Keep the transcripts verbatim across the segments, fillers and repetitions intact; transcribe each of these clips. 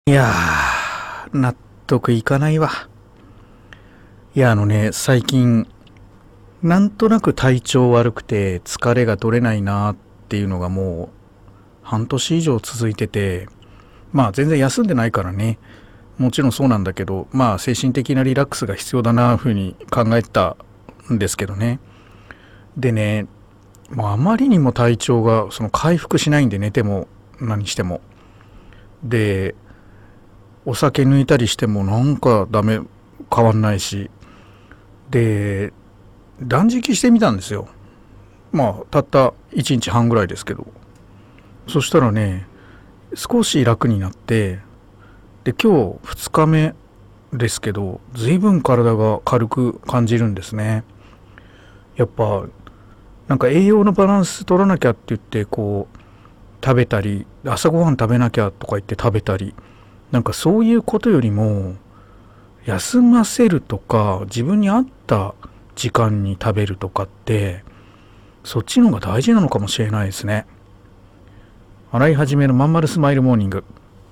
いやー、納得いかないわ。いや、あのね、最近、なんとなく体調悪くて疲れが取れないなっていうのがもう半年以上続いてて、まあ全然休んでないからね、もちろんそうなんだけど、まあ精神的なリラックスが必要だなふうに考えてたんですけどね。でね、もうあまりにも体調がその回復しないんで、寝ても何しても。で、お酒抜いたりしてもなんかダメ、変わんないし、で断食してみたんですよ。まあたったいちにちはんぐらいですけど、そしたらね、少し楽になって、で今日ふつかめですけど、随分体が軽く感じるんですね。やっぱなんか栄養のバランス取らなきゃって言ってこう食べたり、朝ごはん食べなきゃとか言って食べたり、なんかそういうことよりも休ませるとか自分に合った時間に食べるとかって、そっちの方が大事なのかもしれないですね。洗い始めのまんまるスマイルモーニング。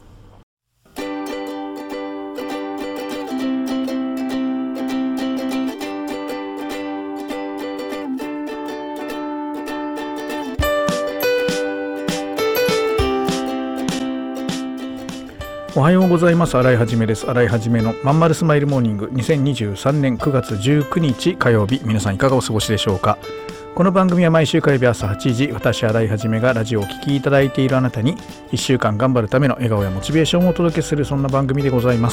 おはようございます。洗い始めです。洗い始めのまんまるスマイルモーニング、にせんにじゅうさんねんくがつじゅうくにち火曜日、皆さんいかがお過ごしでしょうか。この番組は毎週火曜日朝はちじ、私洗い始めがラジオをお聞きいただいているあなたにいっしゅうかん頑張るための笑顔やモチベーションをお届けする、そんな番組でございます。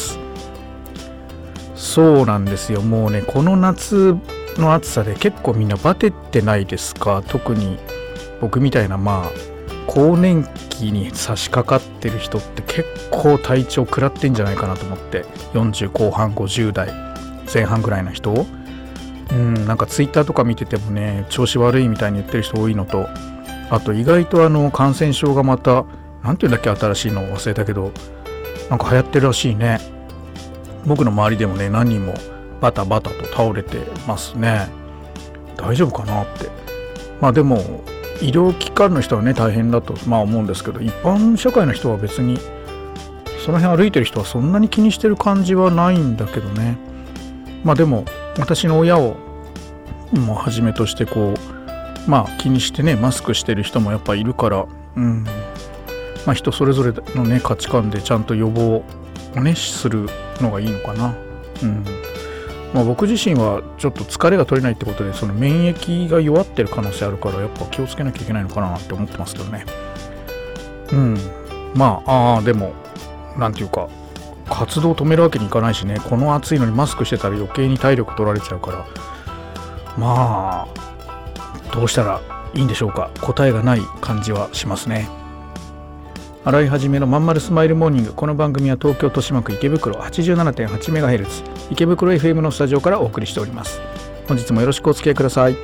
そうなんですよ。もうね、この夏の暑さで結構みんなバテってないですか。特に僕みたいなまあ更年期に差し掛かってる人って結構体調食らってんじゃないかなと思って、よんじゅうこう半ごじゅうだいぜん半ぐらいの人、うんなんかツイッターとか見ててもね、調子悪いみたいに言ってる人多いのと、あと意外とあの感染症がまたなんていうんだっけ、新しいの忘れたけどなんか流行ってるらしいね。僕の周りでもね、何人もバタバタと倒れてますね。大丈夫かなって。まあでも医療機関の人はね大変だとまあ思うんですけど、一般社会の人は別にその辺歩いてる人はそんなに気にしてる感じはないんだけどね。まあでも私の親をもはじめとしてこうまあ気にしてねマスクしてる人もやっぱいるから、うんまあ人それぞれのね価値観でちゃんと予防をねするのがいいのかな。うんまあ、僕自身はちょっと疲れが取れないってことで、その免疫が弱ってる可能性あるから、やっぱ気をつけなきゃいけないのかなって思ってますけどね。うんまああでもなんていうか活動を止めるわけにいかないしね、この暑いのにマスクしてたら余計に体力取られちゃうから、まあどうしたらいいんでしょうか。答えがない感じはしますね。洗い始めのまんまるスマイルモーニング。この番組は東京豊島区池袋 はちじゅうななてんはちメガヘルツ 池袋 エフエム のスタジオからお送りしております。本日もよろしくお付き合いください。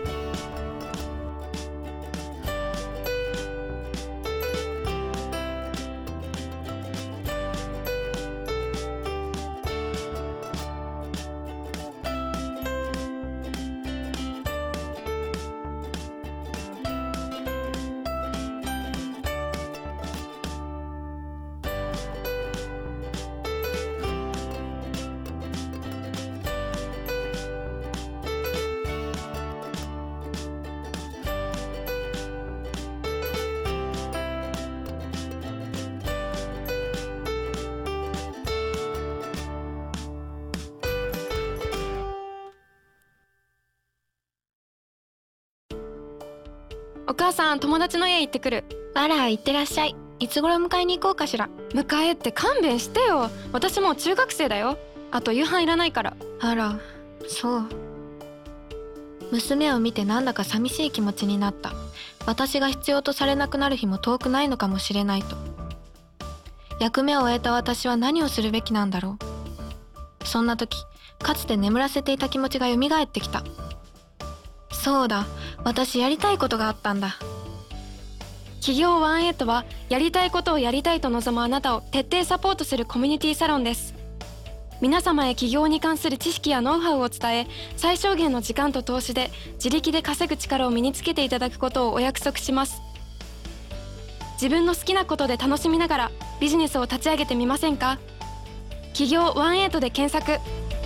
お母さん、友達の家行ってくる。 あら、行ってらっしゃい。いつ頃迎えに行こうかしら。 迎えって勘弁してよ。私もう中学生だよ。あと夕飯いらないから。 あら、そう。娘を見てなんだか寂しい気持ちになった。私が必要とされなくなる日も遠くないのかもしれないと。役目を終えた私は何をするべきなんだろう。そんな時、かつて眠らせていた気持ちが蘇ってきた。そうだ、私やりたいことがあったんだ。 企業ワンエイトはやりたいことをやりたいと望むあなたを徹底サポートするコミュニティサロンです。皆様へ起業に関する知識やノウハウを伝え、最小限の時間と投資で自力で稼ぐ力を身につけていただくことをお約束します。 自分の好きなことで楽しみながらビジネスを立ち上げてみませんか？起業じゅうはちで検索。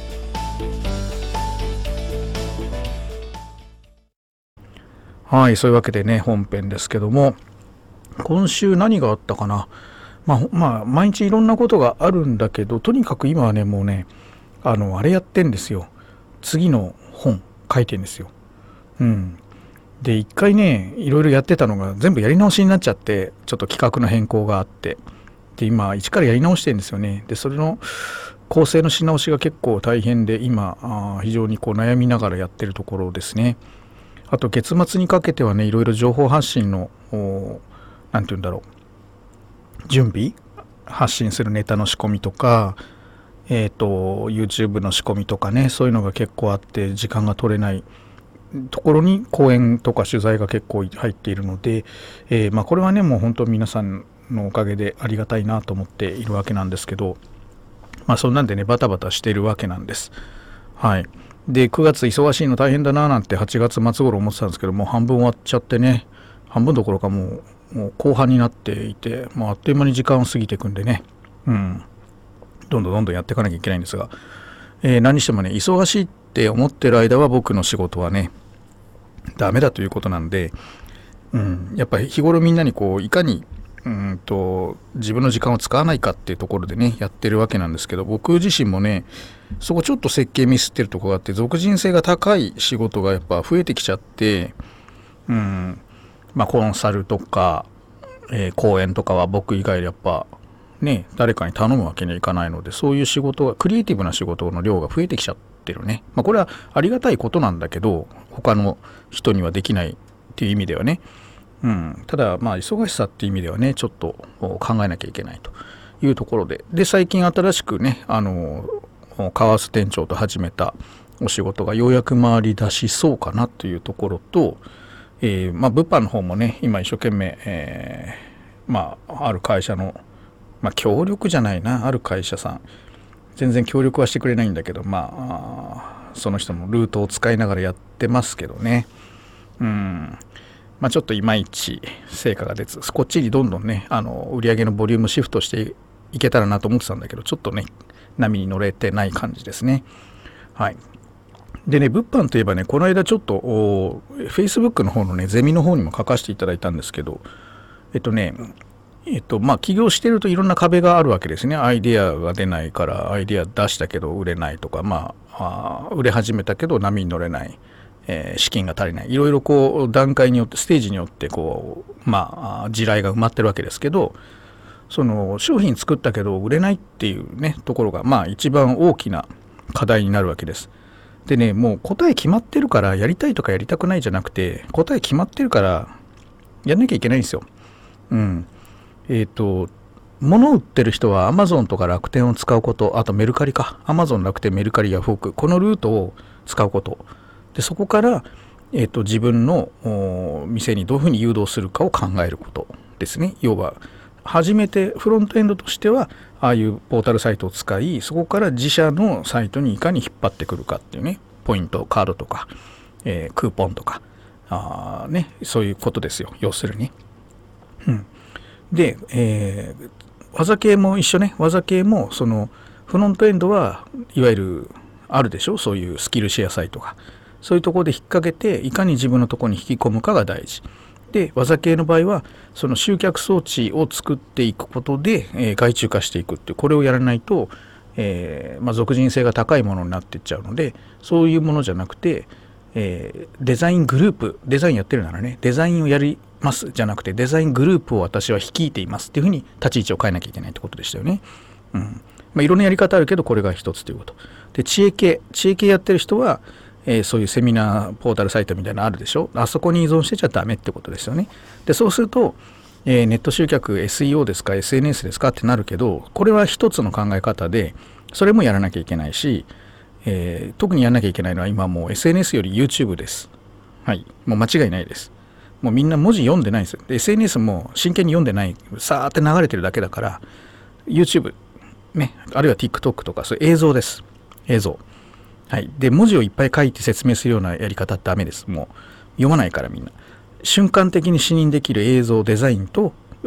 はい、そういうわけでね、本編ですけども、今週何があったかな。まあ、まあ、毎日いろんなことがあるんだけど、とにかく今はね、もうね、あの、あれやってんですよ。次の本書いてんですよ。うん。で、一回ね、いろいろやってたのが全部やり直しになっちゃって、ちょっと企画の変更があって、で、今、一からやり直してるんですよね。で、それの構成のし直しが結構大変で、今、あ非常にこう悩みながらやってるところですね。あと、月末にかけてはね、いろいろ情報発信の、なんて言うんだろう、準備発信するネタの仕込みとか、えっと、YouTube の仕込みとかね、そういうのが結構あって、時間が取れないところに講演とか取材が結構入っているので、えー、まあこれはね、もう本当皆さんのおかげでありがたいなと思っているわけなんですけど、まあそんなんでね、バタバタしているわけなんです。はい。で、くがつ忙しいの大変だななんてはちがつ末頃思ってたんですけども、半分終わっちゃってね、半分どころかもう、もう後半になっていて、もうあっという間に時間を過ぎていくんでね、うん、どんどんどんどんやっていかなきゃいけないんですが、えー、何してもね、忙しいって思ってる間は僕の仕事はね、ダメだということなんで、うん、やっぱり日頃みんなにこういかにうんと自分の時間を使わないかっていうところでねやってるわけなんですけど、僕自身もねそこちょっと設計ミスってるところがあって、属人性が高い仕事がやっぱ増えてきちゃって、うんまあコンサルとか、えー、講演とかは僕以外でやっぱね誰かに頼むわけにはいかないので、そういう仕事がクリエイティブな仕事の量が増えてきちゃってるね。まあこれはありがたいことなんだけど、他の人にはできないっていう意味ではね、うん、ただまあ忙しさっていう意味ではねちょっと考えなきゃいけないというところで、で最近新しくねあのカワス店長と始めたお仕事がようやく回り出しそうかなというところと、えー、まあ物販の方もね今一生懸命、えー、まあある会社のまあ協力じゃないなある会社さん全然協力はしてくれないんだけど、まあその人のルートを使いながらやってますけどね、うんまあ、ちょっといまいち成果が出ず、こっちにどんどんねあの売り上げのボリュームシフトしていけたらなと思ってたんだけど、ちょっとね波に乗れてない感じですね。はい。でね、物販といえばね、この間ちょっと Facebook の方のねゼミの方にも書かせていただいたんですけど、えっとねえっとまあ起業してるといろんな壁があるわけですね。アイデアが出ないからアイデア出したけど売れないとか、まあ、あ売れ始めたけど波に乗れない、えー、資金が足りない、いろいろこう段階によってステージによってこうまあ地雷が埋まってるわけですけど、その商品作ったけど売れないっていうねところがまあ一番大きな課題になるわけです。でね、もう答え決まってるからやりたいとかやりたくないじゃなくて、答え決まってるからやんなきゃいけないんですよ。うんえっと物を売ってる人は Amazon とか楽天を使うこと、あとメルカリか Amazon 楽天メルカリヤフオク、このルートを使うことで、そこから、えー、と自分の店にどういうふうに誘導するかを考えることですね。要は初めてフロントエンドとしてはああいうポータルサイトを使い、そこから自社のサイトにいかに引っ張ってくるかっていうね、ポイントカードとか、えー、クーポンとかあ、ね、そういうことですよ、要するに。うんで、えー、技系も一緒ね。技系もそのフロントエンドはいわゆるあるでしょ、そういうスキルシェアサイトが、そういうところで引っ掛けていかに自分のところに引き込むかが大事で、技系の場合はその集客装置を作っていくことで、えー、外注化していくっていう、これをやらないと、えーまあ、属人性が高いものになっていっちゃうので、そういうものじゃなくて、えー、デザイングループ、デザインやってるならね、デザインをやりますじゃなくて、デザイングループを私は率いていますっていうふうに立ち位置を変えなきゃいけないってことでしたよね。うんまあ、いろんなやり方あるけどこれが一つということ。で、知恵系、知恵系やってる人は、えー、そういうセミナーポータルサイトみたいなのあるでしょ。あそこに依存してちゃダメってことですよね。で、そうすると、えー、ネット集客 エスイーオー ですか エスエヌエス ですかってなるけど、これは一つの考え方で、それもやらなきゃいけないし、えー、特にやらなきゃいけないのは今もう エスエヌエス より YouTube です。はい、もう間違いないです。もうみんな文字読んでないんですよ。で エスエヌエス も真剣に読んでない、さーって流れてるだけだから、 YouTube ね、あるいは TikTok とかそういう映像です。映像。はい。で、文字をいっぱい書いて説明するようなやり方ってダメです。もう読まないからみんな。瞬間的に視認できる映像、デザインと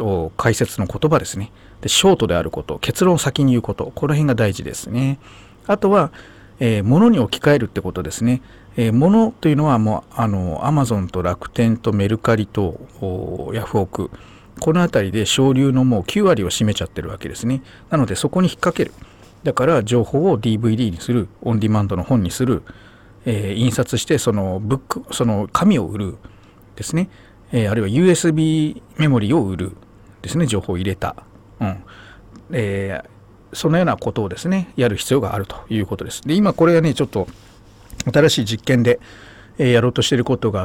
解説の言葉ですね。でショートであること、結論を先に言うこと、この辺が大事ですね。あとは、えー、物に置き換えるってことですね。えー、物というのはもうあの Amazon と楽天とメルカリとヤフオク、このあたりで省流のもうきゅう割を占めちゃってるわけですね。なのでそこに引っ掛ける。だから情報を ディーブイディー にする、オンディマンドの本にする、えー、印刷してそのブック、その紙を売るですね。えー、あるいは ユーエスビー メモリを売るですね。情報を入れた。うん。えーそのようなことをですねやる必要があるということです。で今これはねちょっと新しい実験で、えー、やろうとしていることがあって、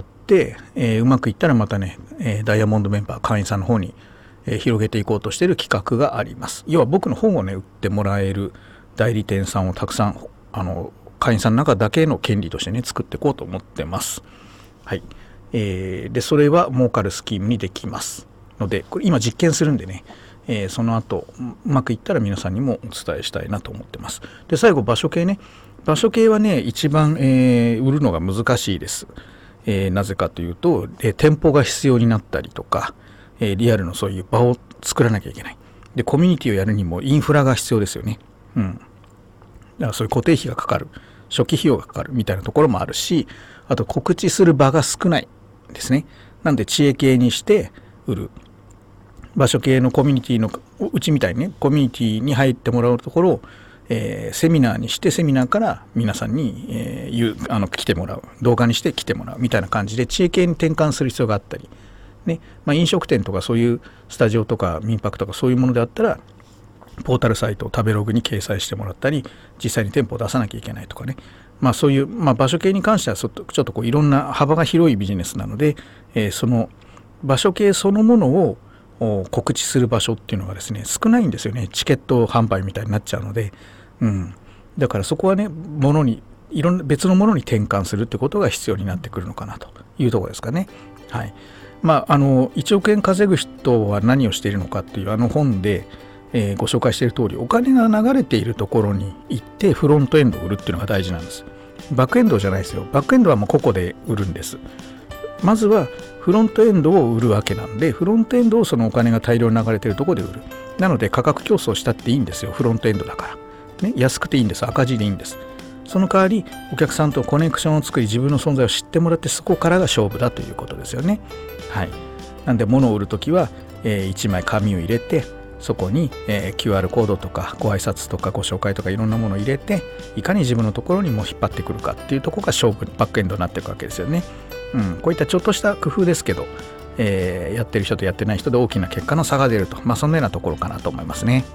えー、うまくいったらまたね、えー、ダイヤモンドメンバー会員さんの方に、えー、広げていこうとしている企画があります。要は僕の本をね売ってもらえる代理店さんをたくさんあの会員さんの中だけの権利としてね作っていこうと思ってます。はい。えー、でそれは儲かるスキームにできますので、これ今実験するんでね。えー、その後うまくいったら皆さんにもお伝えしたいなと思ってます。で最後場所系ね。場所系はね一番、えー、売るのが難しいです。えー、なぜかというと、えー、店舗が必要になったりとか、えー、リアルのそういう場を作らなきゃいけない。でコミュニティをやるにもインフラが必要ですよね。うん。だからそういう固定費がかかる、初期費用がかかるみたいなところもあるし、あと告知する場が少ないですね。なんで知恵系にして売る。場所系のコミュニティのうちみたいにねコミュニティに入ってもらうところを、えー、セミナーにしてセミナーから皆さんに、えー、言うあの来てもらう、動画にして来てもらうみたいな感じで知恵系に転換する必要があったり、ねまあ、飲食店とかそういうスタジオとか民泊とかそういうものであったらポータルサイトを食べログに掲載してもらったり、実際に店舗を出さなきゃいけないとかね、まあ、そういう、まあ、場所系に関してはちょっと、ちょっとこういろんな幅が広いビジネスなので、えー、その場所系そのものを告知する場所っていうのがですね少ないんですよね。チケット販売みたいになっちゃうので、うん、だからそこはねものにいろんな別のものに転換するってことが必要になってくるのかなというところですかね。はい。まああのいちおくえん稼ぐ人は何をしているのかっていうあの本で、えー、ご紹介している通り、お金が流れているところに行ってフロントエンドを売るっていうのが大事なんです。バックエンドじゃないですよ。バックエンドはもう個々で売るんです。まずはフロントエンドを売るわけなんで、フロントエンドをそのお金が大量に流れているところで売る。なので価格競争したっていいんですよ。フロントエンドだから、ね、安くていいんです。赤字でいいんです。その代わりお客さんとコネクションを作り、自分の存在を知ってもらって、そこからが勝負だということですよね。はい。なんで物を売るときは、えー、いちまい紙を入れて、そこに、えー、キューアール コードとかご挨拶とかご紹介とかいろんなものを入れて、いかに自分のところにも引っ張ってくるかっていうところが勝負、バックエンドになっていくわけですよね。うん、こういったちょっとした工夫ですけど、えー、やってる人とやってない人で大きな結果の差が出ると、まあそんなようなところかなと思いますね。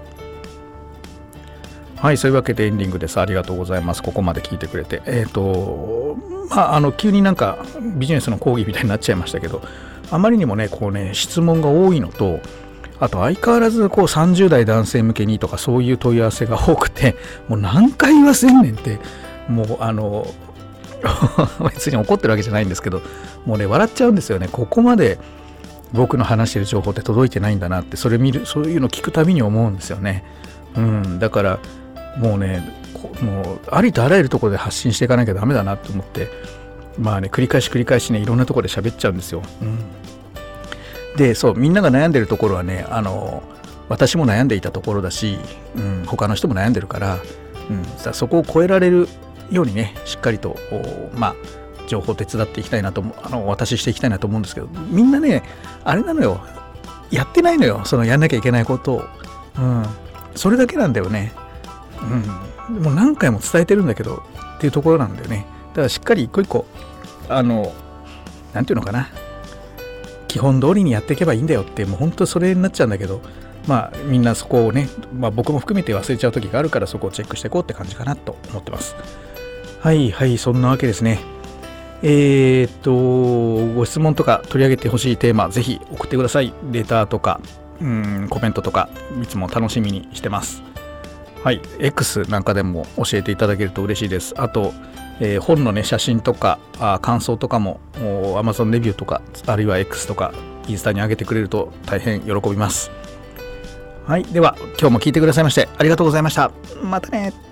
はい、そういうわけでエンディングです。ありがとうございます。ここまで聞いてくれて。えっと、まあ、あの、急になんかビジネスの講義みたいになっちゃいましたけど、あまりにもね、こうね、質問が多いのと、あと相変わらずこうさんじゅう代男性向けにとかそういう問い合わせが多くて、もう何回言わせんねんって、もうあの、別に怒ってるわけじゃないんですけど、もうね笑っちゃうんですよね。ここまで僕の話してる情報って届いてないんだなって、それ見る、そういうの聞くたびに思うんですよね。うん、だからもうね、もうありとあらゆるところで発信していかなきゃダメだなと思って、まあね繰り返し繰り返しねいろんなところで喋っちゃうんですよ。うん、で、そうみんなが悩んでるところはね、あの私も悩んでいたところだし、うん、他の人も悩んでるから、うん、さそこを超えられるようにねしっかりとまあ情報を手伝っていきたいなと、あのお渡ししていきたいなと思うんですけど、みんなねあれなのよ、やってないのよ、そのやんなきゃいけないことを、うん、それだけなんだよね。うん、もう何回も伝えてるんだけどっていうところなんだよね。だからしっかり一個一個あのなんていうのかな、基本通りにやっていけばいいんだよって、もう本当それになっちゃうんだけど、まあみんなそこをね、まあ、僕も含めて忘れちゃう時があるから、そこをチェックしていこうって感じかなと思ってます。はいはい、そんなわけですね。えー、っとご質問とか取り上げてほしいテーマぜひ送ってください。レターとかうんコメントとかいつも楽しみにしてます。はい、X なんかでも教えていただけると嬉しいです。あと、えー、本のね写真とかあ感想とかも Amazon レビューとかあるいは X とかインスタに上げてくれると大変喜びます。はい、では今日も聞いてくださいましてありがとうございました。またね。